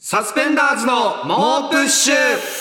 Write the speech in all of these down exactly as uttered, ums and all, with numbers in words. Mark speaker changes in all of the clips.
Speaker 1: サスペンダーズの猛プッシュ。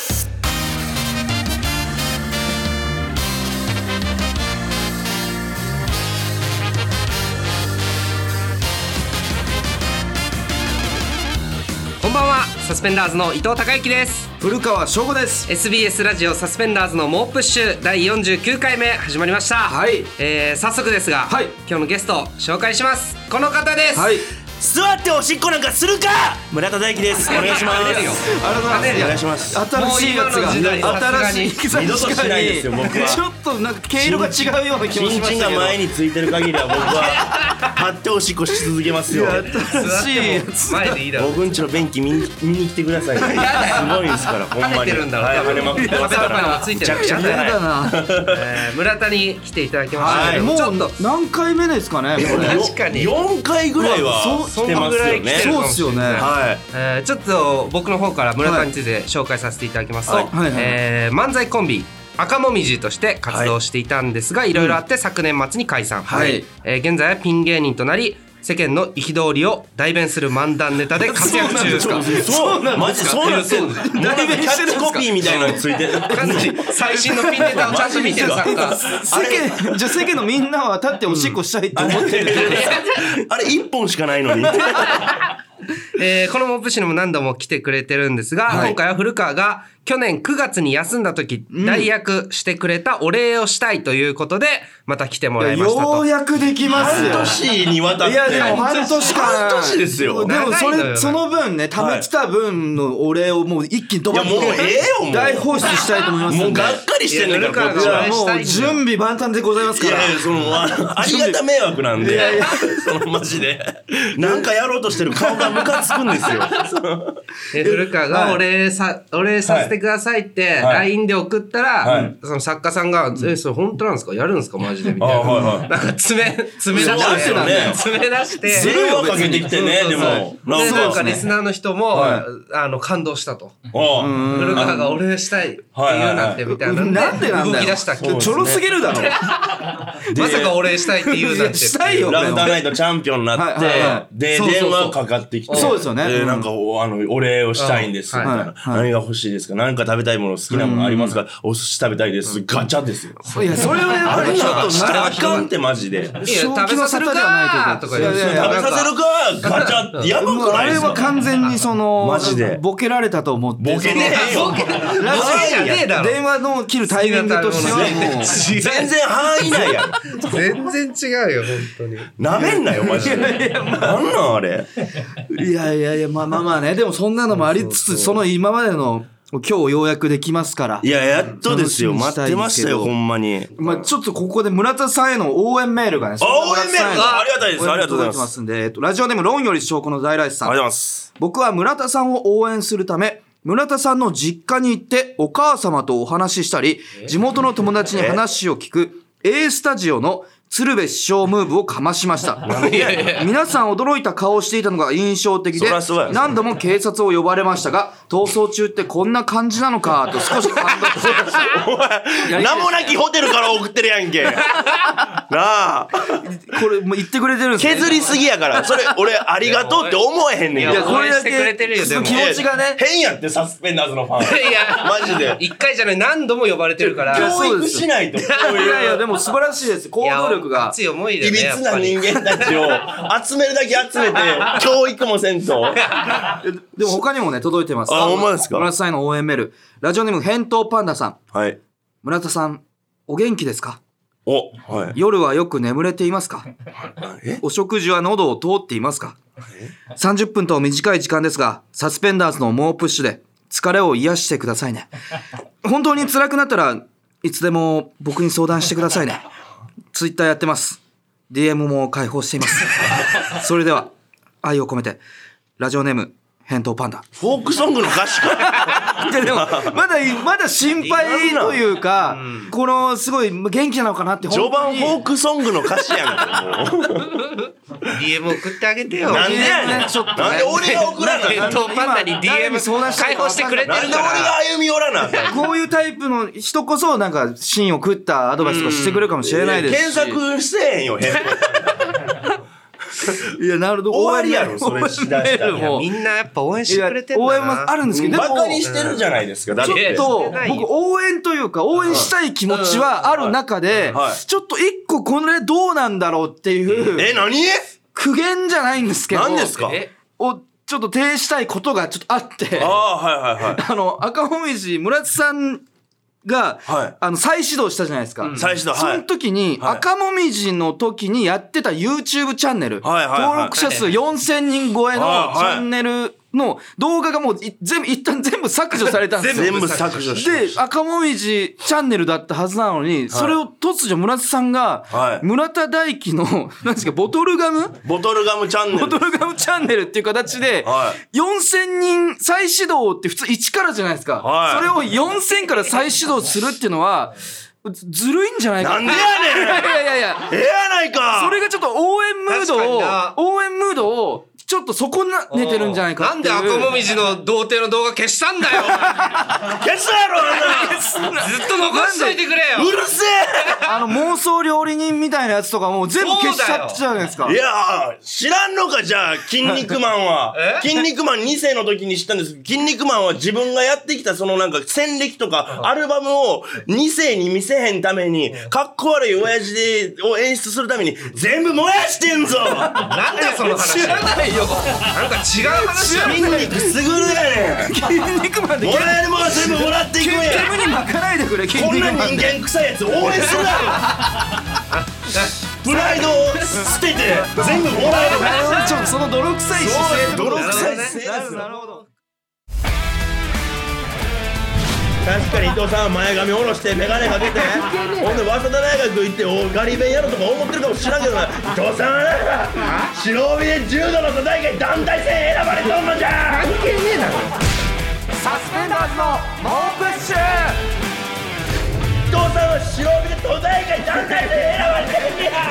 Speaker 1: こんばんは、サスペンダーズの伊藤孝之です。
Speaker 2: 古川翔吾です。
Speaker 1: エスビーエス ラジオサスペンダーズの猛プッシュだいよんじゅうきゅうかいめ始まりました。
Speaker 2: はい、
Speaker 1: えー、早速ですが、はい、今日のゲスト紹介します。この方です。
Speaker 2: はい、
Speaker 3: 座っておしっこなんかするか、村田大樹です。お願いします。
Speaker 2: ありがとうございます。
Speaker 3: お願いします。
Speaker 2: 新しいやつが、新しい
Speaker 3: 二度としないですよ僕は。
Speaker 2: ちょっとなんか毛色が違うような気もしましたけど、
Speaker 3: チンチンが前についてる限りは僕は立っておしっこし続けますよ。
Speaker 2: 新しいやつ
Speaker 1: 前でいいだろ。
Speaker 3: 僕んちの便器見に見に来てくださいね。すごいんですから、ほんまに。
Speaker 1: 跳ねてるんだろ。
Speaker 3: はい、跳ねまくってますから。
Speaker 1: めちゃくちゃ
Speaker 2: 嫌だな。
Speaker 1: えー、村田に来ていただきましたけど、
Speaker 2: も
Speaker 1: ちょっと
Speaker 2: う何回目ですかねこれ。
Speaker 1: 確かに
Speaker 3: よんかいぐらいは来てますよね。
Speaker 2: そうですよね。
Speaker 3: はい。
Speaker 1: えー、ちょっと僕の方から村田について紹介させていただきますと、
Speaker 2: はいはいはい、
Speaker 1: えー、漫才コンビ赤もみじとして活動していたんですが、はい、いろいろあって昨年末に解散、はい、えー、現在はピン芸人となり世間の憤りを代弁する漫談ネタで活躍中ですか。
Speaker 3: そうなんですか。そうなんですか。代弁してるんですか。キャッチコピーみたいなのついてる。
Speaker 1: かなり最新のピンネタをちゃんと見てる作家。
Speaker 2: 世間じゃあ世間のみんなは立っておしっこしたいって思ってる。
Speaker 3: あれ一本しかないのに。
Speaker 1: えー、このモップ誌にも何度も来てくれてるんですが、はい、今回は古川が去年くがつに休んだ時、うん、代役してくれたお礼をしたいということでまた来てもらいましたと。
Speaker 2: ようやくできますよ。
Speaker 3: 半年にわたって。い
Speaker 2: やでも半年か
Speaker 3: 半年ですよ。
Speaker 2: でもそれその分ね、貯めてた分のお礼をもう一気に飛ばして、
Speaker 3: いやもうええよ、
Speaker 2: 大放出したいと思いますんで。
Speaker 3: もうがっかりしてんねんからこっちは。
Speaker 2: もう準備万端でございますから。
Speaker 3: いやいや、その あ, ありがた迷惑なんで。いやいやそのマジでなんかやろうとしてる顔がムカつくんですよ。
Speaker 1: で古川がお礼さ、はい、お礼させてくださいって、はい、ライン で送ったら、はい、その作家さんが、え、それ本当なんですか、やるんですかマジでみたいな、はいはい、なんか詰め詰め出して、ね、詰め出して
Speaker 3: 電話かけてきてね。でも
Speaker 1: でなんかリスナーの人も、はい、あの感動したと。古川がお礼したいって言うなんてみたいな、
Speaker 2: なんでなんだよ、
Speaker 1: 動き出した
Speaker 2: ちょろすぎるだろ。
Speaker 1: まさかお礼したいって言うなんて
Speaker 2: したいよ。
Speaker 3: ラウンドナイトチャンピオンになって、はいはいはい、で電話かかってきて、
Speaker 2: そうですよね。
Speaker 3: でなんかあのお礼をしたいんですみたいな、何が欲しいですか、何か食べたいもの好きなものありますか、お寿司食べたいです、ガチャですよ。
Speaker 2: いやそれはやっぱりちょっと
Speaker 3: したらあかんってマジで。
Speaker 1: いや食べさせるかとか言う。
Speaker 3: 食べさせるかガチャってやばくないですか。
Speaker 2: あれは完全にその
Speaker 3: マジで
Speaker 2: ボケられたと思って。
Speaker 3: ボケねえよ。
Speaker 2: 電話の切るタイミングとしてはもう
Speaker 3: 全然範囲内やろ。
Speaker 1: 全然違うよ本当に。
Speaker 3: なめんなよマジで。なんなんあれ。
Speaker 2: いやいやいや、まあまあまあね、でもそんなのもありつつ、その今までの今日ようやくできますから。
Speaker 3: いややっとですよ。待ってましたよほんまに。
Speaker 2: まあちょっとここで村田さんへの応援メールがね。
Speaker 3: 応援メールがありがたいです。ありがとうございます。
Speaker 2: んで、えっとラジオネーム論より証拠の在来さん。
Speaker 3: ありがとうございます。
Speaker 2: 僕は村田さんを応援するため、村田さんの実家に行ってお母様とお話ししたり、地元の友達に話を聞く A スタジオの鶴瓶師匠ムーブをかましました。皆さん驚いた顔をしていたのが印象的で、何度も警察を呼ばれましたが、逃走中ってこんな感じなのかと少し感動しました。
Speaker 3: お前名もなきホテルから送ってるやんけ。なあ
Speaker 2: これもう言ってくれてるんですね。
Speaker 3: 削りすぎやから、それ俺ありがとうって思えへんねん。
Speaker 1: いやこれだけ
Speaker 2: 気持ちがね
Speaker 3: 変やって、サスペンダーズのファン。いやマジで
Speaker 1: 一回じゃない何度も呼ばれてるから、
Speaker 3: 教育しないと。い
Speaker 2: やいやでも素晴らしいです。行動力が
Speaker 1: 強い思いでね、
Speaker 3: いびつな人間たちを集めるだけ集めて教育もせんと。
Speaker 2: でも他にもね届いてます。
Speaker 3: あ、ほんまですか。
Speaker 2: 村田さんへの応援メール、ラジオネーム返答パンダさん。はい。村田さんお元気ですか。
Speaker 3: お、はい。
Speaker 2: 夜はよく眠れていますか。お食事は喉を通っていますか。さんじゅっぷんと短い時間ですが、サスペンダーズの猛プッシュで疲れを癒してくださいね。本当に辛くなったらいつでも僕に相談してくださいね。ツイッターやってます。ディーエム も開放しています。それでは愛を込めて、ラジオネーム返答パンダ。
Speaker 3: フォークソングの歌詞か。
Speaker 2: いやでもまだまだ心配というか、うん、このすごい元気なのかなって。
Speaker 3: 序盤フォークソングの歌詞やんか。もう
Speaker 1: ディーエム 送ってあげてよ。
Speaker 3: なんでやねん。ちょっとなんで俺が送らな。
Speaker 1: 返答パンダに ディーエム 開放してくれてるから。
Speaker 3: なんで俺が歩み寄らな。
Speaker 2: こういうタイプの人こそなんか芯を食ったアドバイスとかしてくれるかもしれないですし。
Speaker 3: 検索してへんよ。
Speaker 2: いや、なるほど。
Speaker 3: 終わりやろ、それしだしたら。
Speaker 1: いやみんなやっぱ応援してくれてんだな。
Speaker 2: 応援もあるんですけど、でも
Speaker 3: バカにしてるじゃないですか。だって
Speaker 2: ちょっと僕応援というか応援したい気持ちはある中でちょっと一個これどうなんだろうっていう
Speaker 3: え何
Speaker 2: 苦言じゃないんですけど
Speaker 3: 何ですか
Speaker 2: をちょっと提したいことがちょっとあって
Speaker 3: ああはいはいはい
Speaker 2: あの赤もみじ村津さんが、はい、あの再始動したじゃないですか、うん、
Speaker 3: 再始動、はい、
Speaker 2: その時に、はい、赤もみじの時にやってた YouTube チャンネル、はいはいはい、登録者数よんせんにん超えのチャンネルの動画がもう全部一旦全部削除されたんですよ。
Speaker 3: 全部削除して
Speaker 2: で赤もみじチャンネルだったはずなのに、はい、それを突如村津さんが、はい、村田大樹の何ですかボトルガム
Speaker 3: ボトルガムチャンネル
Speaker 2: ボトルガムチャンネルっていう形で、はい、よんせんにん再始動って普通いちからじゃないですか、はい、それをよんせんから再始動するっていうのはずるいんじゃないか
Speaker 3: なんでやねん
Speaker 2: いやいやいやいや
Speaker 3: ええやないか
Speaker 2: それがちょっと応援ムードを応援ムードをちょっとそこな寝てるんじゃないかっていう。
Speaker 1: なんで赤もみじの童貞の動画消したんだよ
Speaker 3: 消したやろあんな
Speaker 1: ずっと残しといてくれよ
Speaker 3: うるせえ
Speaker 2: あの妄想料理人みたいなやつとかもう全部消しちゃってたじゃないですか。
Speaker 3: いや知らんのかじゃあ筋肉マンは筋肉マンに世の時に知ったんですけど筋肉マンは自分がやってきたそのなんか戦歴とかアルバムをに世に見せへんためにかっこ悪い親父でを演出するために全部燃やしてんぞ
Speaker 1: なんだよその話
Speaker 2: 知らないよ
Speaker 1: なんか違う話や
Speaker 3: 筋肉すぐるやねん
Speaker 2: 筋肉マンで
Speaker 3: もらえるものは全部もらっていくんや
Speaker 2: 煙に巻かないでくれ筋
Speaker 3: こんな
Speaker 2: 肉マン
Speaker 3: 人間臭いやつ応援するなよプライドを捨てて全部もらえる
Speaker 2: ちょっとその泥臭い姿勢
Speaker 3: 泥臭い姿勢です
Speaker 2: なるほど
Speaker 3: 確かに伊藤さんは前髪下ろして眼鏡かけてほんで早稲田大学行っておガリ弁やろとか思ってるかもしらんけどな伊藤さんはなんか白帯で柔道の都大会団体戦選ばれとんのじゃ
Speaker 2: 関係ねえだろサスペンダーズの猛プッシュ
Speaker 3: 伊藤さんは白帯で都大会団体戦選ばれてるんや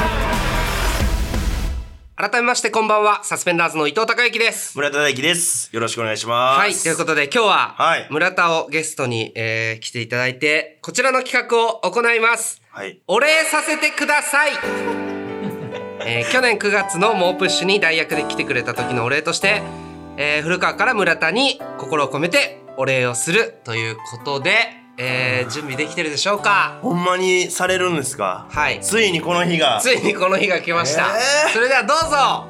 Speaker 1: 改めましてこんばんはサスペンダーズの伊藤孝之です
Speaker 3: 村田大樹ですよろしくお願いします
Speaker 1: はいということで今日は、はい、村田をゲストに、えー、来ていただいてこちらの企画を行いますはいお礼させてくださいえー、去年くがつの猛プッシュに代役で来てくれた時のお礼として、えー、古川から村田に心を込めてお礼をするということで、えー、準備できてるでしょうか。
Speaker 3: ほんまにされるんですか。はい。ついにこの日が
Speaker 1: ついにこの日が来ました、えー、それではどうぞ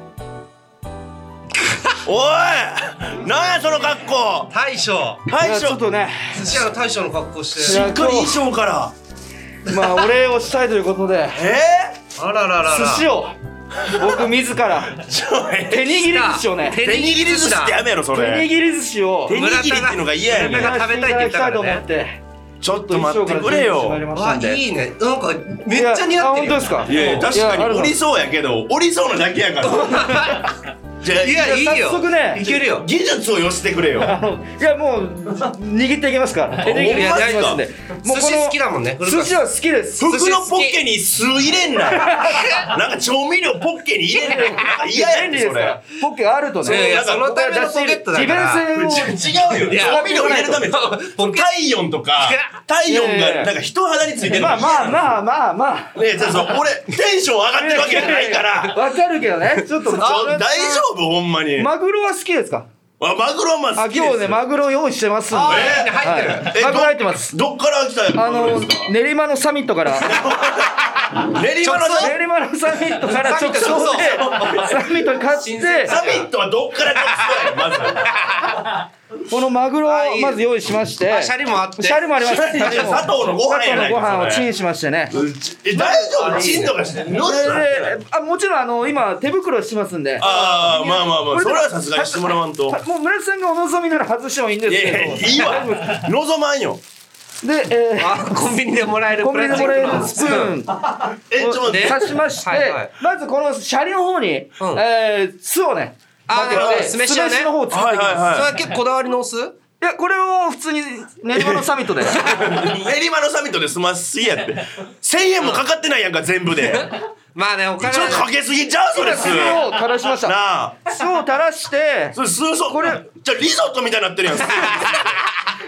Speaker 3: おいなんやその格好
Speaker 1: 大将
Speaker 2: 大将ちょっとね
Speaker 1: 寿司屋の大将の格好して
Speaker 3: しっかり衣装から
Speaker 2: まあお礼をしたいということで
Speaker 3: え
Speaker 1: ー、あらららら
Speaker 2: 寿司を僕自ら手握り寿司をね
Speaker 3: 手握り寿司ってやめろそれ
Speaker 2: 手握り寿司を
Speaker 3: 手握りっていうのが嫌やねん
Speaker 1: 村田が食べたいって言ったからね
Speaker 3: ちょっと待ってくれよ
Speaker 1: あいいねなんかめっちゃ似合ってるよ。
Speaker 2: 本当ですか。
Speaker 3: いや確かに降りそうやけど降りそうなだけやから
Speaker 1: じゃあいやいいよ
Speaker 2: 早速ね
Speaker 1: いけるよ
Speaker 3: 技術を寄せてくれよ
Speaker 2: いやもう握っていきますから手握り
Speaker 3: いや
Speaker 2: しますんで
Speaker 1: もう寿司好きだもんね
Speaker 2: 寿司は好きです
Speaker 3: 服のポッケに酢入れんななんか調味料ポッケに入れんな嫌やんそれ
Speaker 2: ポッケがあるとね
Speaker 1: いやそのためのポケットだから
Speaker 2: 利便
Speaker 3: 性を違うよ調味料入れるため体温とか体温がなんか人肌についてる
Speaker 2: まあまあまあまあまあ
Speaker 3: ねえ俺テンション上がってるわけじゃないから
Speaker 2: わかるけどねちょっと
Speaker 3: 大丈夫ほんまに
Speaker 2: マグロは好きですか。
Speaker 3: あマグロはまあ好きです。
Speaker 2: 今日ねマグロ用意してますんで。
Speaker 1: えー、入ってる。
Speaker 2: マグロ入ってます。
Speaker 3: どっから来た
Speaker 2: あの練馬のサミットから。
Speaker 3: 練馬の
Speaker 2: 練馬のサミットから直送でサミットに買って。
Speaker 3: サミットはどっから直送やまず。
Speaker 2: このマグロをまず用意しまして、
Speaker 1: シャリもあって、
Speaker 2: シャリもあります。
Speaker 3: 佐藤のご飯やないか。
Speaker 2: 佐藤のご飯をチンしましてね。
Speaker 3: え大丈夫？チンとかしてんの？
Speaker 2: あもちろんあの今手袋してますんで。
Speaker 3: ああまあまあまあそれはさすがにしてもらわんと。
Speaker 2: もう村田さんがお望みなら外してもいいんですけど。
Speaker 3: いいわ。望まんよ。
Speaker 2: で、え
Speaker 1: ー、コンビニでもらえる
Speaker 2: コンビニでもらえるスプーン
Speaker 3: えちょっと待って
Speaker 2: 刺しまして、はいはい、まずこのシャリの方に、うん、えー、酢をね。
Speaker 1: ああ、酢飯
Speaker 2: の方を作っていきます。
Speaker 1: それは結構こだわりのお酢？
Speaker 2: いや、これを普通に練馬のサミットで。
Speaker 3: 練馬のサミットで済ますやって。せんえんもかかってないやんか、全部で。
Speaker 1: まあね、お金
Speaker 3: ちょっとかけすぎちゃうそれ酢。
Speaker 2: 酢を垂らしました。なあ。酢を垂らして。
Speaker 3: それ酢そう。これ、じゃあリゾットみたいになってるやん。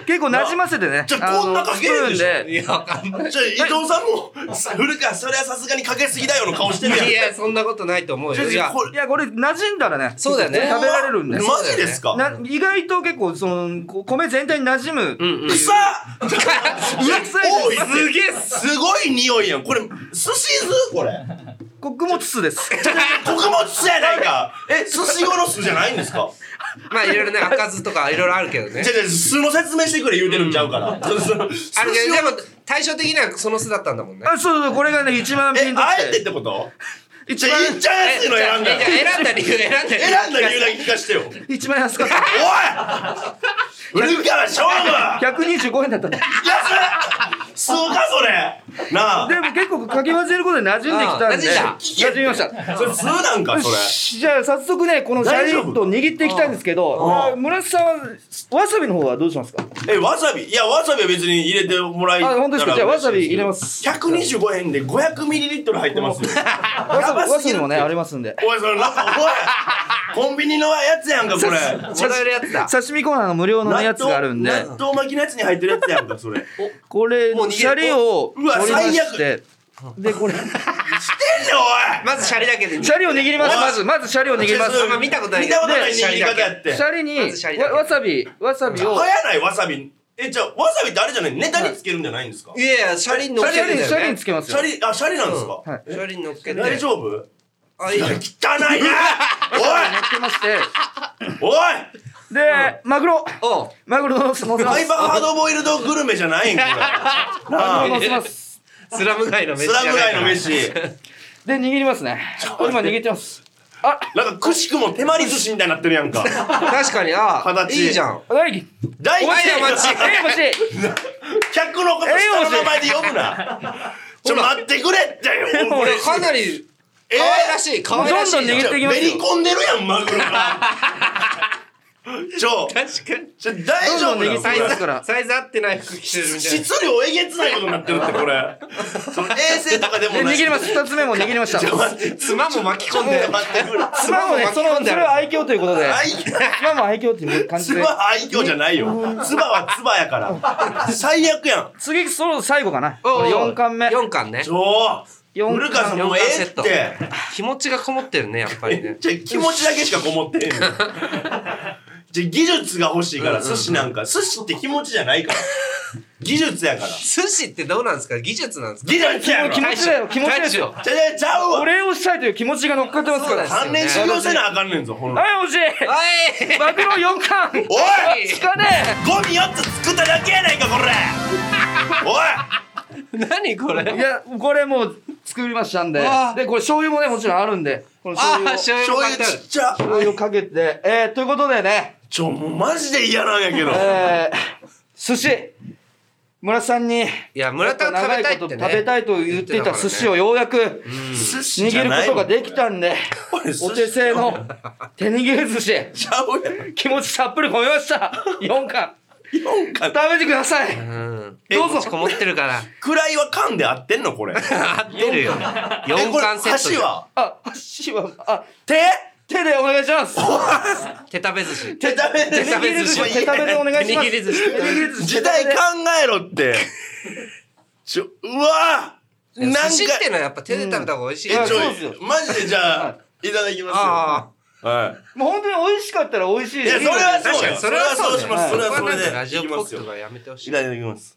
Speaker 2: 結構なじませてね。
Speaker 3: じゃあこんなかけるでしょ。
Speaker 2: スプーンで。
Speaker 1: いや、わかんない。
Speaker 3: じゃあ伊藤さんも古川それはさすがにかけすぎだよの顔してるやん。
Speaker 1: いや、そんなことないと思うよ。いや、
Speaker 3: これ
Speaker 2: いや、これ馴染んだらね。
Speaker 1: そうだよね
Speaker 2: 食べられるんで。
Speaker 3: マジですか。
Speaker 2: な意外と結構そのこ米全体に馴染む。
Speaker 1: うんうん。
Speaker 3: うさ
Speaker 2: うるさい
Speaker 3: 多い
Speaker 1: すげえ
Speaker 3: すごい匂いやん。これ寿司酢これ。
Speaker 2: 穀物酢です。
Speaker 3: 穀物酢やないか。え、寿司後の酢じゃないんですか。
Speaker 1: まあいろいろね、赤酢とかいろいろあるけどね。
Speaker 3: じゃじゃ酢の説明してくれ言うてるんちゃうから。その寿司
Speaker 1: あるけど、でも対照的にはその酢だったんだもんね。
Speaker 2: あ、そうそう、これがね、一番ピ
Speaker 3: え、
Speaker 2: ンとき
Speaker 3: あえて
Speaker 2: て。
Speaker 3: ってこと
Speaker 2: 一番、
Speaker 3: じゃあいっちゃん安いの選んだ
Speaker 1: えじゃあ選んだ理由、選んだ理由。
Speaker 3: 選んだ理由だけ聞かしてよ。
Speaker 2: 一番安かった。
Speaker 3: おい古川勝負
Speaker 2: ひゃくにじゅうごえんだったんだ。
Speaker 3: 安っそうかそれなあ
Speaker 2: でも結構かき混ぜることで馴染んできたんで。
Speaker 1: あ
Speaker 2: 馴染みました。
Speaker 3: それ酢なんかそれ
Speaker 2: よしじゃあ早速ね、このシャリット握っていきたいんですけど、あ村瀬さんはわさびの方はどうしますか？
Speaker 3: えわさびいやわさびは別に入れてもらい
Speaker 2: あ、本当ですか？じゃあわさび入れます。
Speaker 3: ひゃくにじゅうごえんで ごひゃくミリリットル 入ってますよ
Speaker 2: わさび、わさびもね、ありますんで。
Speaker 3: おいそれなんかおいコンビニのやつやんかこれ
Speaker 1: もらえるやつだ。
Speaker 2: 刺身コーナーの無料のやつがあるんで、
Speaker 3: 納豆巻きのやつに入ってるやつやんかそれ
Speaker 2: これ
Speaker 1: もう逃げ
Speaker 2: シャリを
Speaker 3: うわ
Speaker 2: 取りまし
Speaker 3: 最
Speaker 2: て、でこれ
Speaker 3: してんねんおい
Speaker 1: まずシャリだけで。
Speaker 2: シャリを握ります。
Speaker 3: おい
Speaker 2: まずまずシャリを握ります。
Speaker 1: あんま見たことない
Speaker 3: 見たことない
Speaker 1: で
Speaker 3: 握り方やって
Speaker 2: シャリに
Speaker 1: まずシャリだけ
Speaker 2: わわさびわさびを
Speaker 3: はやないわさびえじゃあわさびってあれじゃないネタにつけるんじゃないんですか
Speaker 1: いやいや、シャリに乗っけ
Speaker 2: シャリにシャリ
Speaker 1: てんだよね。
Speaker 2: につけますよ。
Speaker 3: シャリあシャリなんですか
Speaker 2: はい。
Speaker 1: シャリに乗っけて。
Speaker 3: 大丈夫
Speaker 1: あ、いいよ。
Speaker 3: 汚いな
Speaker 2: 乗っけまして、
Speaker 3: おいおい
Speaker 2: でマグロ
Speaker 1: おう。
Speaker 2: マグロのせます。
Speaker 3: ハイパーハードボイルドグルメじゃないんこれ
Speaker 2: マグロのせます。
Speaker 1: スラム街の飯
Speaker 3: スラム
Speaker 1: じゃないから。
Speaker 3: 街の飯
Speaker 2: で握りますね。今握ってます。あ、
Speaker 3: なんかくしくも手まり寿司みたいになってるやんか
Speaker 1: 確かに、あ、
Speaker 3: 形
Speaker 1: いいじゃん。
Speaker 2: はい。
Speaker 3: 大
Speaker 1: お前ら待ち
Speaker 2: ええ、もし。
Speaker 3: 客のこと下の名前で呼ぶなちょ待ってくれって
Speaker 1: これかなり可愛らしい、可愛らしい。
Speaker 2: どんどん握っていきますよ
Speaker 3: めり込んでるやんマグロがちょ
Speaker 1: 確かに。
Speaker 3: ちょ大丈夫
Speaker 2: どんどん握って
Speaker 1: サイズ
Speaker 2: いきますから。
Speaker 1: サイズ合ってない服着てるみたいな。
Speaker 3: 質量えげつないことになってるってこれその衛生とかでも
Speaker 2: で
Speaker 3: ない
Speaker 2: 握ります。二つ目も握りました。
Speaker 3: ちょ待って
Speaker 1: 妻も巻き込んで。
Speaker 3: 待ってくれ
Speaker 2: 妻もね、そのそれは愛嬌ということで。
Speaker 3: 愛
Speaker 2: 妻も愛嬌っていう感じで。
Speaker 3: つば愛嬌じゃないよつばはつばやから最悪やん
Speaker 2: 次そろ最後かな。
Speaker 1: おうおう
Speaker 2: よんかんめ。
Speaker 1: よんかんね
Speaker 3: ち。ょ
Speaker 2: 四
Speaker 3: 古川さんもうええって
Speaker 1: 気持ちがこもってるね、やっぱりね。
Speaker 3: じゃ気持ちだけしかこもってへんのじゃ技術が欲しいから寿司なんか寿司って気持ちじゃないから技術やから
Speaker 1: 寿司ってどうなんですか？技術なんですか？
Speaker 3: 技術やろ
Speaker 2: 気持ちだよ、気持ちですよ。
Speaker 3: じゃじゃちゃうわ
Speaker 2: お礼をしたいという気持ちが乗っかってますから。
Speaker 1: そうだ
Speaker 3: 三年修行せなあかんねんぞほんま
Speaker 2: はい、惜しい。
Speaker 1: おい
Speaker 2: マグロよんかん。
Speaker 3: おい
Speaker 2: しかね
Speaker 3: ゴミよっつ作っただけやないかこれおい
Speaker 1: 何これ？
Speaker 2: え。いや、これもう作りましたんで。
Speaker 1: あー
Speaker 2: で、これ醤油もね、もちろんあるんで。この醤
Speaker 1: ああ、
Speaker 2: 油を。
Speaker 1: 醤油
Speaker 3: 醤油
Speaker 1: も買ってある。
Speaker 3: ちっちゃ
Speaker 2: 醤油をかけて。えー、ということでね。
Speaker 3: ちょもうマジで嫌なんやけど
Speaker 2: えー、寿司。村さんに。
Speaker 1: いや、村田は食べたいってね。
Speaker 2: 食べたいと言っていた寿司をようやく
Speaker 3: 寿司じゃ
Speaker 2: 握る
Speaker 3: ない
Speaker 2: ことができたんで、
Speaker 3: 俺寿司
Speaker 2: お手製の手握り寿司、
Speaker 3: ちゃうやん
Speaker 2: 気持ちたっぷり込めました。よんかん。
Speaker 3: よんか
Speaker 2: 食べてください。
Speaker 1: うん。
Speaker 2: どうぞ
Speaker 1: 気持ちこもってるから。
Speaker 3: 位は缶で合ってんのこれ
Speaker 1: 合ってるよ。よんかんセットで。
Speaker 3: 箸は
Speaker 2: あ、箸は、あ、
Speaker 3: 手
Speaker 2: 手でお願いします。
Speaker 1: 手食べ寿司。
Speaker 3: 手食べ
Speaker 2: 手
Speaker 1: 手食べ寿司
Speaker 2: 手食べでお願いします。
Speaker 1: 手握り寿司
Speaker 2: 手握り寿司。
Speaker 3: 時代考えろってちょうわなんか
Speaker 1: 寿司ってのはやっぱ手で食べた方が美味しい
Speaker 2: いや
Speaker 1: よ。
Speaker 3: えちょ
Speaker 2: そうですよ
Speaker 3: マジでじゃあいただきますよ
Speaker 1: あ
Speaker 3: は
Speaker 2: もう本当に美味しかったら美味しい
Speaker 3: いいやそれはそうよ
Speaker 1: 確かにそれはそうだよ
Speaker 3: しますそれはそれで
Speaker 1: ラジオっ
Speaker 3: いきますよ
Speaker 1: ぽくとかやめてほしい。
Speaker 3: いただきます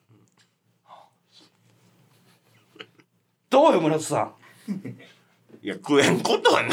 Speaker 2: どうよ、村田さん。
Speaker 3: いや食えんことはない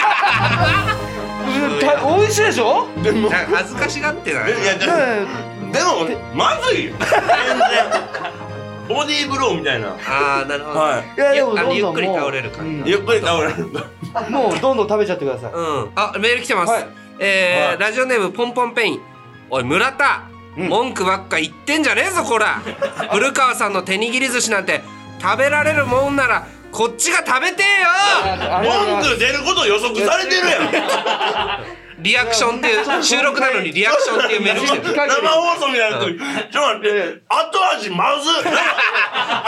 Speaker 2: うんた美味しいでしょ。
Speaker 3: でも
Speaker 1: なんか恥ずかしがってない。
Speaker 3: いやでも
Speaker 2: ね
Speaker 3: でもまずいよ全然ボディーブローみたいな
Speaker 1: ああ、なるほど。
Speaker 3: は
Speaker 2: えいやでも
Speaker 1: ゆあの
Speaker 2: どんどん
Speaker 1: ゆっくり倒れる感じ。
Speaker 3: いゆっくり倒れる
Speaker 2: うんもうどんどん食べちゃってください。
Speaker 1: うん。あ、メール来てます。
Speaker 2: はい
Speaker 1: えー
Speaker 3: はい
Speaker 1: ラジオネームポンポンペイン。おい、村田、
Speaker 2: うん
Speaker 1: 文句ばっか言ってんじゃねえぞ、こら。古川さんの手握り寿司なんて食べられるもんならこっちが食べてえよ。
Speaker 2: あありがとうございます。
Speaker 3: 文句出ること予測されてるやん
Speaker 1: リアクションっていう収録なのにリアクションっていうメール来てる。
Speaker 3: 生放送みたいな時ちょっと待って後味まずい後味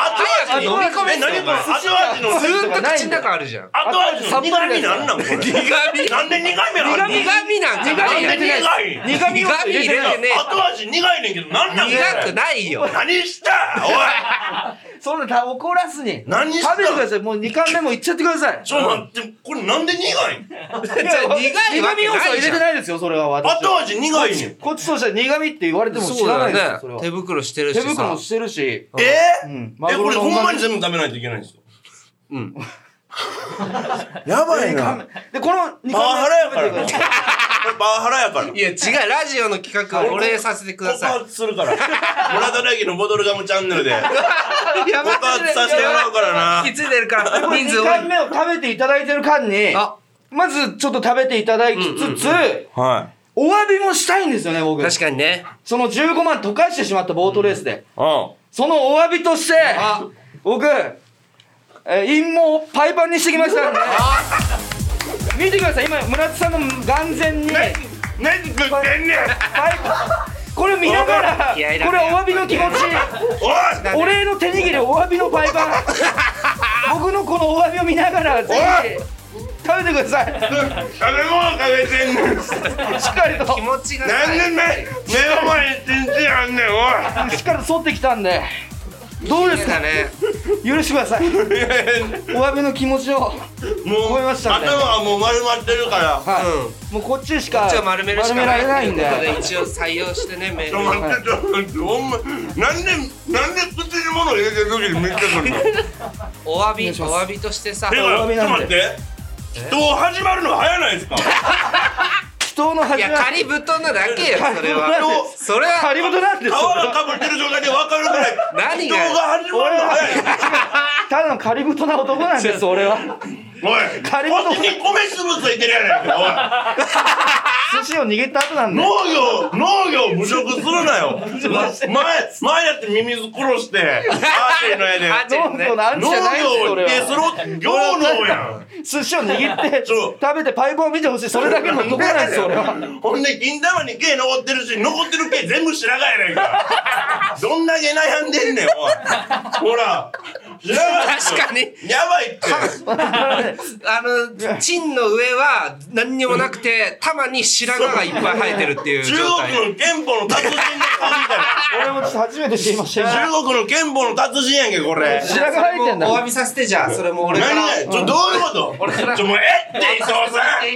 Speaker 3: 味に
Speaker 1: 飲み込め
Speaker 3: え何これ後味の
Speaker 1: ずーっと口の中あるじゃん。
Speaker 3: 後味の苦味なんなんこれ
Speaker 1: 苦味
Speaker 3: なんで苦味あるの
Speaker 1: 苦味なんか
Speaker 3: なんで
Speaker 1: ないやん。
Speaker 3: 苦い
Speaker 2: 苦味を
Speaker 1: 苦味入れてね
Speaker 3: 後味苦いねんけどなんなんこれ
Speaker 1: 苦くないよ。
Speaker 3: 何したおい
Speaker 2: そんな怒らずに
Speaker 3: 何した
Speaker 2: 食べてください。もうにかんめもいっちゃってください。
Speaker 3: ちょっと待ってこれなんで苦い
Speaker 1: じゃあ苦いわ
Speaker 2: 苦味要素は
Speaker 1: けないじゃん。
Speaker 2: 入れてないですよ、それは私は。
Speaker 3: 後味苦いねん
Speaker 2: こっちとしては苦味って言われても知
Speaker 1: そうだ
Speaker 2: らないですよ、
Speaker 1: よね。
Speaker 2: それは。
Speaker 1: 手袋してるしさ。
Speaker 2: 手袋もしてるし。
Speaker 3: え
Speaker 2: うん
Speaker 3: ー、えこれほんまに全部食べないといけないんですよ
Speaker 1: うん。
Speaker 3: やばいな
Speaker 2: で、このに
Speaker 3: パワハラやから
Speaker 2: 食べてください。
Speaker 3: これパワハラやから
Speaker 1: いや違う、ラジオの企画をお礼させてくだ
Speaker 3: 告
Speaker 1: さい。
Speaker 3: 発するから村田大樹のボトルガムチャンネルで
Speaker 1: やば
Speaker 3: 告発させてもらうからな
Speaker 1: 引き継いでるから
Speaker 2: これ
Speaker 1: 人数多
Speaker 2: にかん
Speaker 1: い。
Speaker 2: めを食べていただいてる間に、
Speaker 1: あ、
Speaker 2: まずちょっと食べていただきつつ、
Speaker 3: はい
Speaker 2: お詫びもしたいんですよね、僕。
Speaker 1: 確かにね。
Speaker 2: そのじゅうごまん溶かしてしまったボートレースで。
Speaker 3: うん
Speaker 2: そのお詫びとして、僕、えー、陰謀をパイパンにしてきましたんで、見てください、今、村田さんの眼前に、
Speaker 3: 何食ってんねん
Speaker 2: パイパン、これ見ながら、こ
Speaker 1: 気合い
Speaker 2: れ
Speaker 1: だね
Speaker 2: お詫びの気持ち、
Speaker 3: おい
Speaker 2: お礼の手握り、お詫びのパイパン、僕のこのお詫びを見ながら、ぜひ、食べてください。
Speaker 3: 食べ物食べてんねん
Speaker 2: しっかりと、
Speaker 1: 気持ちが
Speaker 3: なんで目目の前にチンチンあんねんおい
Speaker 2: しっかりと沿ってきたんで、どうですか
Speaker 1: だね。
Speaker 2: 許してください。お詫びの気持ちを、
Speaker 3: もう
Speaker 2: 思いましたんで
Speaker 3: 頭がもう丸まってるから
Speaker 2: はい、もうこっちしか
Speaker 1: じゃあ丸めるしか
Speaker 2: 丸められないんで。
Speaker 1: ということで一応採用してね、メー
Speaker 3: ちょ
Speaker 1: ルに。
Speaker 3: 待ってちょ待ってほんまなんでなんで口に物入れてる時にめっちゃくるの
Speaker 1: お詫び、お詫びとしてさ。
Speaker 3: だからちょっと
Speaker 2: お詫びなんで
Speaker 3: 待って人始まるの早ないですか
Speaker 2: 人の始ま
Speaker 1: いや、仮布団なだけよ、それは。それは、
Speaker 2: 仮事なんですよ。
Speaker 3: 皮がかぶってる状態で分かるぐらい人
Speaker 1: 何が
Speaker 3: が始まるの早い
Speaker 2: ただの仮事な男なんです、俺は。
Speaker 3: おい
Speaker 2: 仮事
Speaker 3: こっちに米粒ついてるやないかおい
Speaker 2: 寿司を握った後なんで。
Speaker 3: 農業農業侮辱するなよ前前やってミミズ殺してアーチェのやで
Speaker 1: アーチェ
Speaker 2: 農業のアンチ
Speaker 3: 農
Speaker 2: じゃないです、
Speaker 3: 業を
Speaker 2: 俺
Speaker 3: 否定す
Speaker 2: は。
Speaker 3: る業能やん
Speaker 2: 寿司を握って、
Speaker 3: そう
Speaker 2: 食べてパイプを見てほしい。それだけの男なんです、俺は。
Speaker 3: ほんで金玉に毛残ってるし残ってる毛全部白髪やないかどんだけ悩んでんねんおいほら白髪
Speaker 1: 確かに
Speaker 3: やばいって
Speaker 1: あの、チンの上は何にもなくて、たまに白髪がいっぱい生えてるっていう
Speaker 3: 中
Speaker 1: 状態。
Speaker 3: 国の憲法の達人の顔みたいな
Speaker 2: 俺もちょっと初めて知りましたよ。
Speaker 3: 中国の憲法の達人やんけこれ
Speaker 2: 白髪生えてんだ。
Speaker 1: お詫びさせてじゃあ、それも俺から。
Speaker 3: 何がちょどういうこと
Speaker 1: 俺から
Speaker 3: ちょもうえって伊藤さん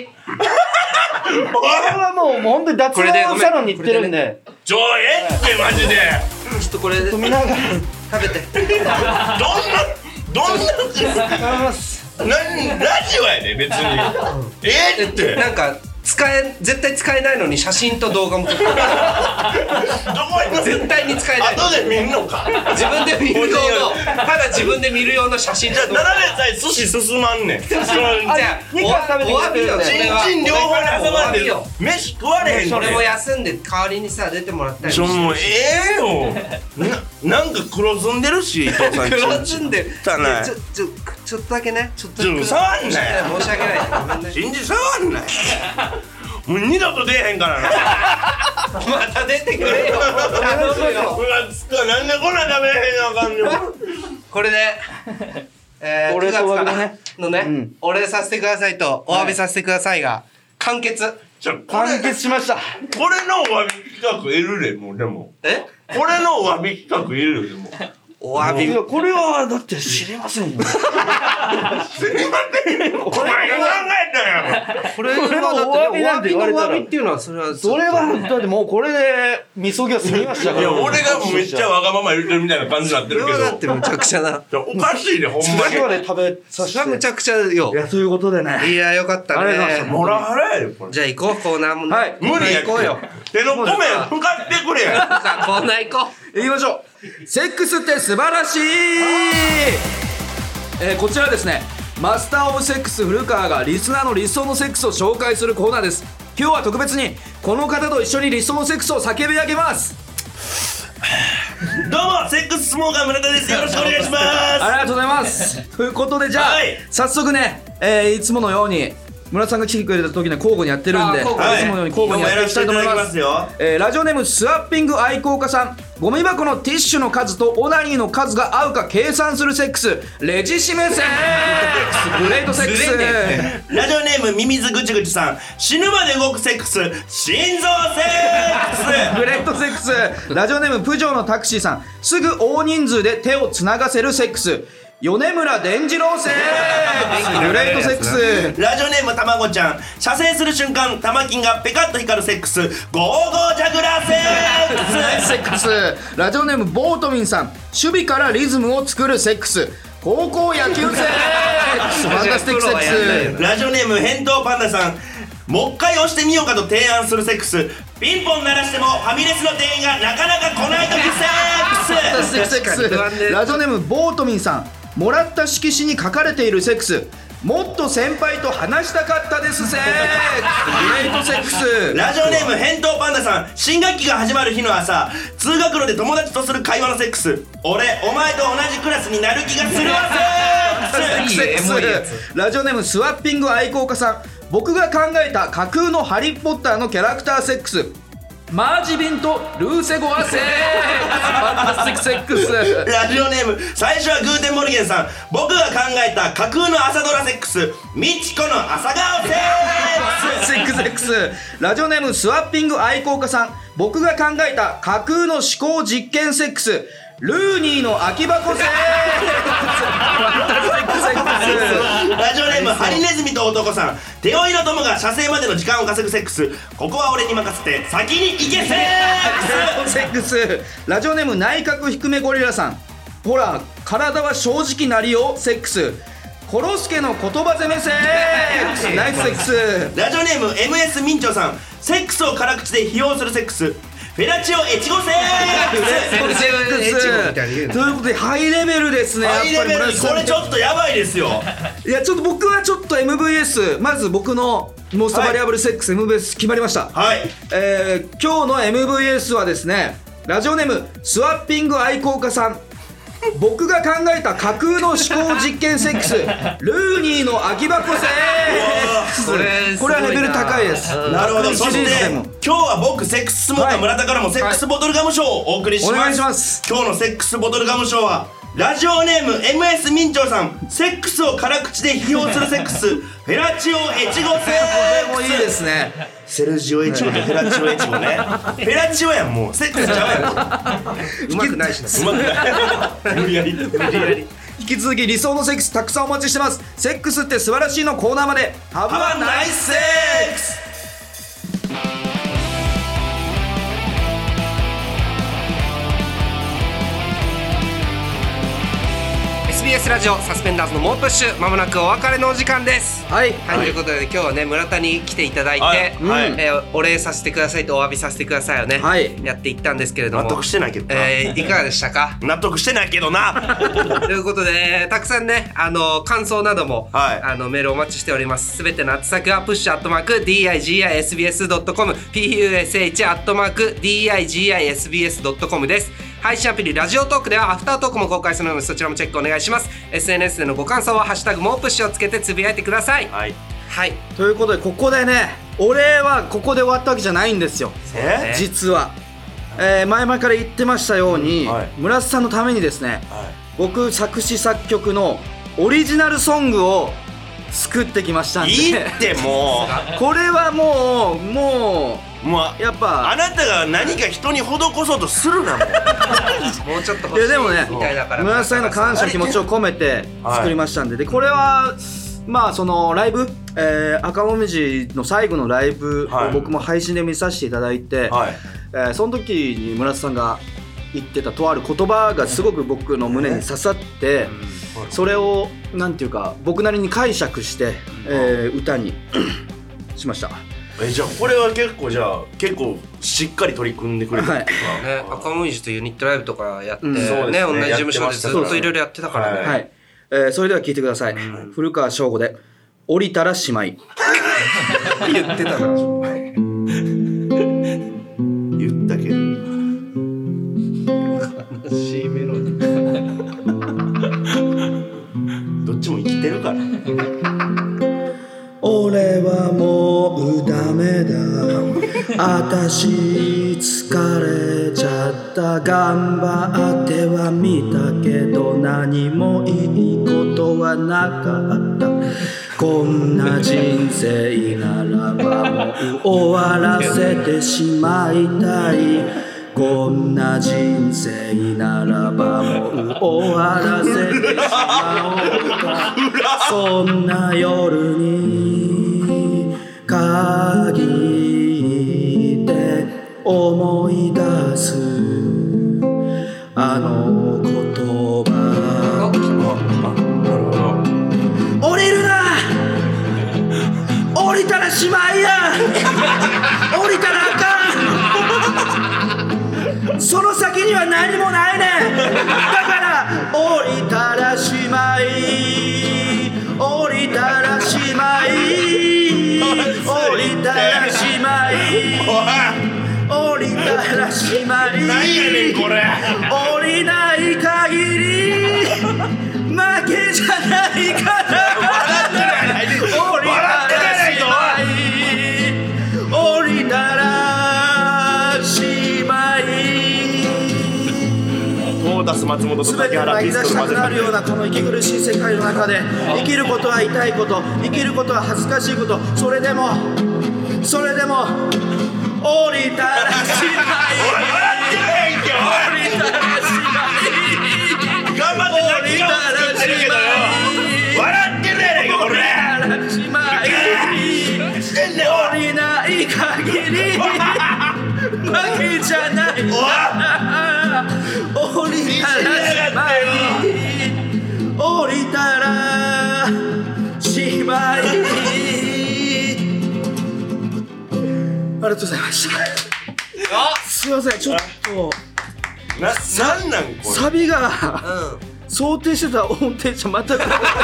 Speaker 2: 俺はもう、もう本当に脱毛サロンに行ってるんで、
Speaker 3: ちょえってマジで
Speaker 1: ちょっとこれで食
Speaker 2: 見ながら
Speaker 1: べて。
Speaker 3: どんなどんな
Speaker 2: 食べます。
Speaker 3: 何ラジオやで別にえって
Speaker 1: なんか、使え、絶対使えないのに写真と動画も撮ってる。
Speaker 3: どこに載せ
Speaker 1: 絶対に使えない。
Speaker 3: 後で見んのか
Speaker 1: 自分で見る用の、ただ自分で見る用の写真
Speaker 3: じゃあ
Speaker 1: と動画。
Speaker 3: ただでさえ寿司進まんねんちん
Speaker 1: じゃあ、
Speaker 2: 二回食べて
Speaker 1: お詫びよ、
Speaker 2: くれてるんで
Speaker 1: それは。
Speaker 3: ちん両方に挟まれて
Speaker 1: よ。
Speaker 3: 飯食われへんの
Speaker 1: 俺も休んで代わりにさ、出てもらったり
Speaker 3: ちょもうええよななんか黒ずんでるし伊藤さん
Speaker 1: 黒ずんでる。
Speaker 3: 汚い
Speaker 1: ちょ、ちょ、ちょっとだけね。ちょっと
Speaker 3: ちょ
Speaker 1: 黒
Speaker 3: 触んなよ
Speaker 1: 申し訳ない。ごめんね。
Speaker 3: 信じ触んないもう二度と出えへんからな
Speaker 1: また出てくれよ。頼むよ。
Speaker 3: うわつかなんでこんな食べへんのあかんの
Speaker 1: これで、えー、
Speaker 2: お礼とお詫びの
Speaker 1: くが
Speaker 2: ね
Speaker 1: つのね、
Speaker 2: うん
Speaker 1: お礼させてくださいと、お詫びさせてくださいが、完結。
Speaker 3: ちょこれ
Speaker 2: 完結しました。
Speaker 3: これのお詫び企画いるでもうでも
Speaker 1: え
Speaker 3: これのお詫び企画いるでも
Speaker 1: お詫び。
Speaker 2: いや、これはだって知りませんよ。
Speaker 3: すみませんお前が考えたやろ
Speaker 1: これ
Speaker 2: これのお詫びなんて言われたら
Speaker 1: お詫びっていうのは、それは、
Speaker 2: それは、だってもうこれで、みそぎは済みましたから。
Speaker 3: いや俺がもうめっちゃわがまま言ってるみたいな感じになって
Speaker 1: それ
Speaker 3: るけど
Speaker 1: はだってむちゃくちゃな。
Speaker 3: いやおかしいでほんま
Speaker 2: 最後ま
Speaker 3: に
Speaker 2: で食べさせて。
Speaker 1: それはむちゃくちゃよ
Speaker 2: い。や、そういうことでね。
Speaker 1: いや、よかった
Speaker 2: ありがとうござい
Speaker 1: ね。
Speaker 3: モラハラやでこれ
Speaker 1: じゃあ行こう、コーナーもね。
Speaker 2: はい
Speaker 3: 無理や
Speaker 1: 行こうよ。
Speaker 3: 手の米向かってくれや
Speaker 1: さあ、コーナー行こう。
Speaker 2: 行きましょう。セックスって素晴らしい、えー、こちらですね、マスターオブセックス古川がリスナーの理想のセックスを紹介するコーナーです。今日は特別にこの方と一緒に理想のセックスを叫び上げます。
Speaker 3: どうもセックススモーカー村田ですよろしくお願いします
Speaker 2: ありがとうございます。ということでじゃあ、
Speaker 3: はい
Speaker 2: 早速ね、えー、いつものように村田さんが来てくれた時には交互にやってるんで、いつものように交互にやっていきたいと思います。えー、ラジオネームスワッピング愛好家さん、ゴミ箱のティッシュの数とオナニーの数が合うか計算するセックス、レジ締めセックス、グレートセックス。
Speaker 3: ラジオネームミミズぐちぐちさん、死ぬまで動くセックス、心臓セックス、
Speaker 2: グレートセックス。ラジオネームプジョーのタクシーさん、すぐ大人数で手をつながせるセックス、米村伝次郎セックス、グレートセックス。
Speaker 3: ラジオネームたまごちゃん、射精する瞬間玉金がペカッと光るセックス、ゴーゴージャグラーセックス。
Speaker 2: セックス。ラジオネームボートミンさん、守備からリズムを作るセックス、高校野球セックス、ファンタスティックセックス。
Speaker 3: ラジオネーム返答パンダさん、もう一回押してみようかと提案するセックス、ピンポン鳴らしてもファミレスの店員がなかなか来ないときセックス。
Speaker 2: ファンタスティックセックス。ラジオネームボートミンさん、もらった色紙に書かれているセックス、もっと先輩と話したかったですセックス、グレートセックス。
Speaker 3: ラジオネーム返答パンダさん、新学期が始まる日の朝、通学路で友達とする会話のセックス、俺お前と同じクラスになる気がするわセックス。
Speaker 2: セックス。ラジオネームスワッピング愛好家さん、僕が考えた架空のハリーポッターのキャラクターセックス、マージビンとルーセゴアセックス、ファンタスティックセックス。
Speaker 3: ラジオネーム最初はグーテンモルゲンさん、僕が考えた架空の朝ドラセックス、ミチコの朝顔セックス。
Speaker 2: セックスセックス。ラジオネームスワッピング愛好家さん、僕が考えた架空の思考実験セックス、ルーニーの空き箱セックス、ファンタスティックセックス。
Speaker 3: ラジオネームハリネズミと男さん、手負いの友が射精までの時間を稼ぐセックス、ここは俺に任せて先に行けセックス。
Speaker 2: セックス。ラジオネーム内角低めゴリラさん、ほら体は正直なりよセックス、コロスケの言葉攻めセックス、ナイスセックス。
Speaker 3: ラジオネーム エムエス ミンチョさん、セックスを辛口で批評するセックス、フェラチオエチゴセックス。
Speaker 2: セックス。ということでハイレベルですね。
Speaker 3: ハイレベル、これちょっとやばいですよ。
Speaker 2: いやちょっと僕はちょっと エムブイエス、 まず僕のモストバリアブルセックス、はい、エムブイエス 決まりました。
Speaker 3: はい、
Speaker 2: えー、今日の エムブイエス はですね、ラジオネームスワッピング愛好家さん、僕が考えた架空の思考実験セックス、ルーニーの空き箱セックス。これこれはレベル高いです。
Speaker 3: なるほど。そして今日は僕セックススモーカー村田からもセックスボトルガムショーをお送りします。
Speaker 2: お願いします。
Speaker 3: 今日のセックスボトルガムショーはラジオネーム エムエス ミンチョウさん、セックスを辛口で批評するセックス、フェラチオエチゴセックス。
Speaker 2: もういいですね。
Speaker 3: セルジオエチゴとフェラチオエチゴね。フェラチオやん、もうセックスちゃうやん。
Speaker 1: うまくないしな。
Speaker 3: うまくない。無理やり。無理やり。
Speaker 2: 引き続き理想のセックスたくさんお待ちしてます。セックスって素晴らしいのコーナーまで。ハブはナイスセックス。
Speaker 1: エスビーエス ラジオサスペンダーズの猛プッシュ、まもなくお別れのお時間です。
Speaker 2: はい、
Speaker 1: はい、ということで今日はね村田に来ていただいて、
Speaker 3: はい
Speaker 1: えー、お礼させてくださいとお詫びさせてくださいをね、はい、やっていったんですけれども、
Speaker 3: 納得してないけどな、
Speaker 1: えー、いかがでしたか？
Speaker 3: 納得してないけどな
Speaker 1: ということでたくさんねあの感想なども、はい、あのメールお待ちしております。すべての宛先はプッシュアットマーク ディーアイジーアイエスビーエスドットコム ピーユーエスエイチ アットマーク ディーアイジーアイエスビーエスドットコム です。配信アプリラジオトークではアフタートークも公開するのでそちらもチェックお願いします。 エスエヌエス でのご感想はハッシュタグもうプッシュをつけてつぶやいてください。
Speaker 3: はい、
Speaker 2: はい、ということでここでね、お礼はここで終わったわけじゃないんですよ。
Speaker 3: え
Speaker 2: 実は、えー、前々から言ってましたように、はい、村瀬さんのためにですね、はい、僕作詞作曲のオリジナルソングを作ってきましたんで。
Speaker 3: いいっても
Speaker 2: うこれはもうもう
Speaker 3: もう
Speaker 2: やっぱ
Speaker 3: あなたが何か人に施そうとするなも
Speaker 1: うもうちょっと欲しい
Speaker 2: でもね
Speaker 1: みたいだから
Speaker 2: 村瀬さんへの感謝の気持ちを込めて作りましたんで、でこれはまあそのライブ、えー、赤もみじの最後のライブを僕も配信で見させていただいて、はい、えー、その時に村瀬さんが言ってたとある言葉がすごく僕の胸に刺さって、それをなんていうか僕なりに解釈して、えー、歌にしました。
Speaker 3: えじゃあこれは結構じゃあ結構しっかり取り組んでくれたっていうか、
Speaker 1: はいね、赤もみじとユニットライブとかやって、うん、ね
Speaker 3: そうですね、
Speaker 1: 同じ事務所でずっといろいろやってたからね。
Speaker 2: はいはい、えー、それでは聞いてください、うん、古川翔吾で降りたらしまい
Speaker 1: 言ってたな
Speaker 3: 言ったけど
Speaker 1: 悲しいメロディ
Speaker 3: ーどっちも生きてるから
Speaker 2: 俺はれちゃった頑張ってはみたけど何もいいことはなかったこんな人生ならばもう終わらせてしまいたいこんな人生ならばもう終わらせてしまおうかそんな夜に限って思い出すあの言葉降りるな降りたらしまいや降りたらあかんその先には何もないねんだから降りたらしまい降りたらしまい降りたらしまい降りたらしまい
Speaker 3: 何やねんこれ
Speaker 2: 降りない限り負けじゃないから降りたらしまい降りたらしまい
Speaker 3: トータス松本と
Speaker 2: 全てが
Speaker 3: 竹原ピ
Speaker 2: 吐き出したく
Speaker 3: ストル混ぜた
Speaker 2: なるようなこの息苦しい世界の中で生きることは痛いこと生きることは恥ずかしいことそれでもそれでも降りたらしまい
Speaker 3: 笑ってないんけ
Speaker 2: 降りたらしまい
Speaker 3: 頑張って泣き顔作ってるけどよ笑ってないねんかこれ
Speaker 2: 降りたらしまい
Speaker 3: してんねん
Speaker 2: 降りない限り負けじゃないんだ降りたらしまい降りたらしまいありがとうございましたすいませんちょっと
Speaker 3: な、なんなんこれ
Speaker 2: サビが、うん、想定してた音程じゃ全く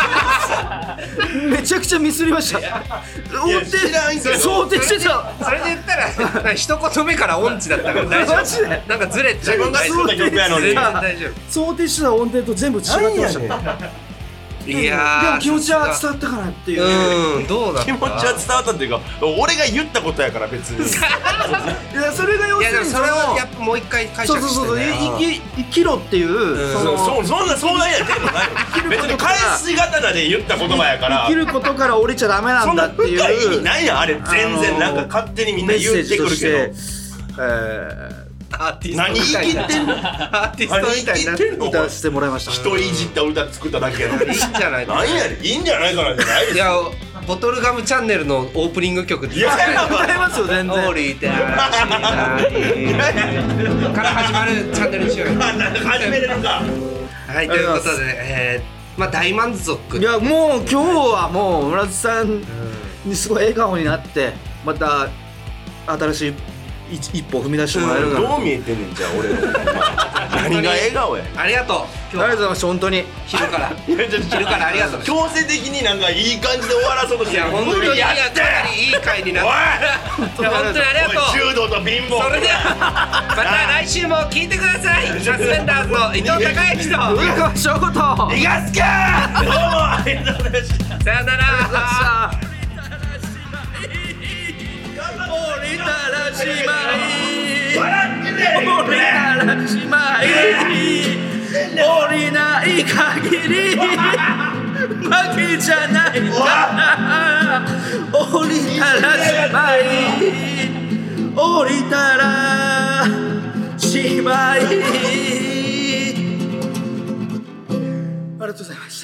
Speaker 2: めちゃくちゃミスりました音程想定してた
Speaker 1: それで言ったら一言目から音痴だったから大丈夫
Speaker 2: マジで
Speaker 1: なんかずれちゃう
Speaker 3: 自分が作った曲やのに
Speaker 1: 全然大丈
Speaker 2: 想定してた音程と全部違ってましたね
Speaker 1: 夫いや
Speaker 2: でも気持ちは伝わったかなっていう
Speaker 1: うんどうだった
Speaker 3: 気持ちは伝わったっていうか俺が言ったことやから別に
Speaker 2: いやそれが要
Speaker 1: いやでも
Speaker 2: するに
Speaker 1: それをやっぱもう一回解釈
Speaker 2: そうそうそう
Speaker 1: してね
Speaker 2: 生き生きろっていうそ
Speaker 3: そう
Speaker 2: の
Speaker 3: そうそんなそんなんやってんのない別に返し刀で言った言葉やから
Speaker 2: 生きることから降りちゃダメなん
Speaker 3: そんな
Speaker 2: だっていう
Speaker 3: 深い意味ないやんあれ全然なんか勝手にみんな言ってくるけど
Speaker 2: メッセージとしてえ
Speaker 1: アーティスト
Speaker 3: 何言い切ってんの
Speaker 1: アーティストみたいになって
Speaker 3: 何言い切ってんの
Speaker 2: ー歌わせてもらいました
Speaker 3: 人いじった歌作っただけやのに
Speaker 1: いいんじゃない
Speaker 3: 何やねんいいんじゃないかなじゃないです
Speaker 1: いやボトルガムチャンネルのオープニング曲って
Speaker 3: いや
Speaker 2: 歌いますよ全然
Speaker 1: 降りたらしないから始まるチャンネルにしようよ
Speaker 3: 始めれるか
Speaker 1: はいということでえーまあ大満足
Speaker 2: いやもう今日はもう村津さんにすごい笑顔になってまた新しい一一歩踏み出してもらえるから、
Speaker 3: どう見えてんねんじゃあ俺の何が笑顔や
Speaker 1: ありがとう
Speaker 2: ありがとうございました本当に
Speaker 1: 昼から昼からありがとう
Speaker 3: 強制的になんかいい感じで終わらそうとして
Speaker 1: いや本当にいやか
Speaker 3: 無理やって
Speaker 1: なりいい回になった
Speaker 3: おい
Speaker 1: いや本当にありがとう
Speaker 3: 柔道と貧乏
Speaker 1: それではまた来週も聞いてくださいサスペンダーズの伊藤孝之と
Speaker 2: 上川翔子と
Speaker 3: 逃がすかどうもありがとうございました
Speaker 1: さよなら
Speaker 2: 降りたらしまい
Speaker 3: 笑ってね
Speaker 2: 降りたらしまい降りない限り負けじゃないんだ降りたらしまい降りたらしまいありがとうございました。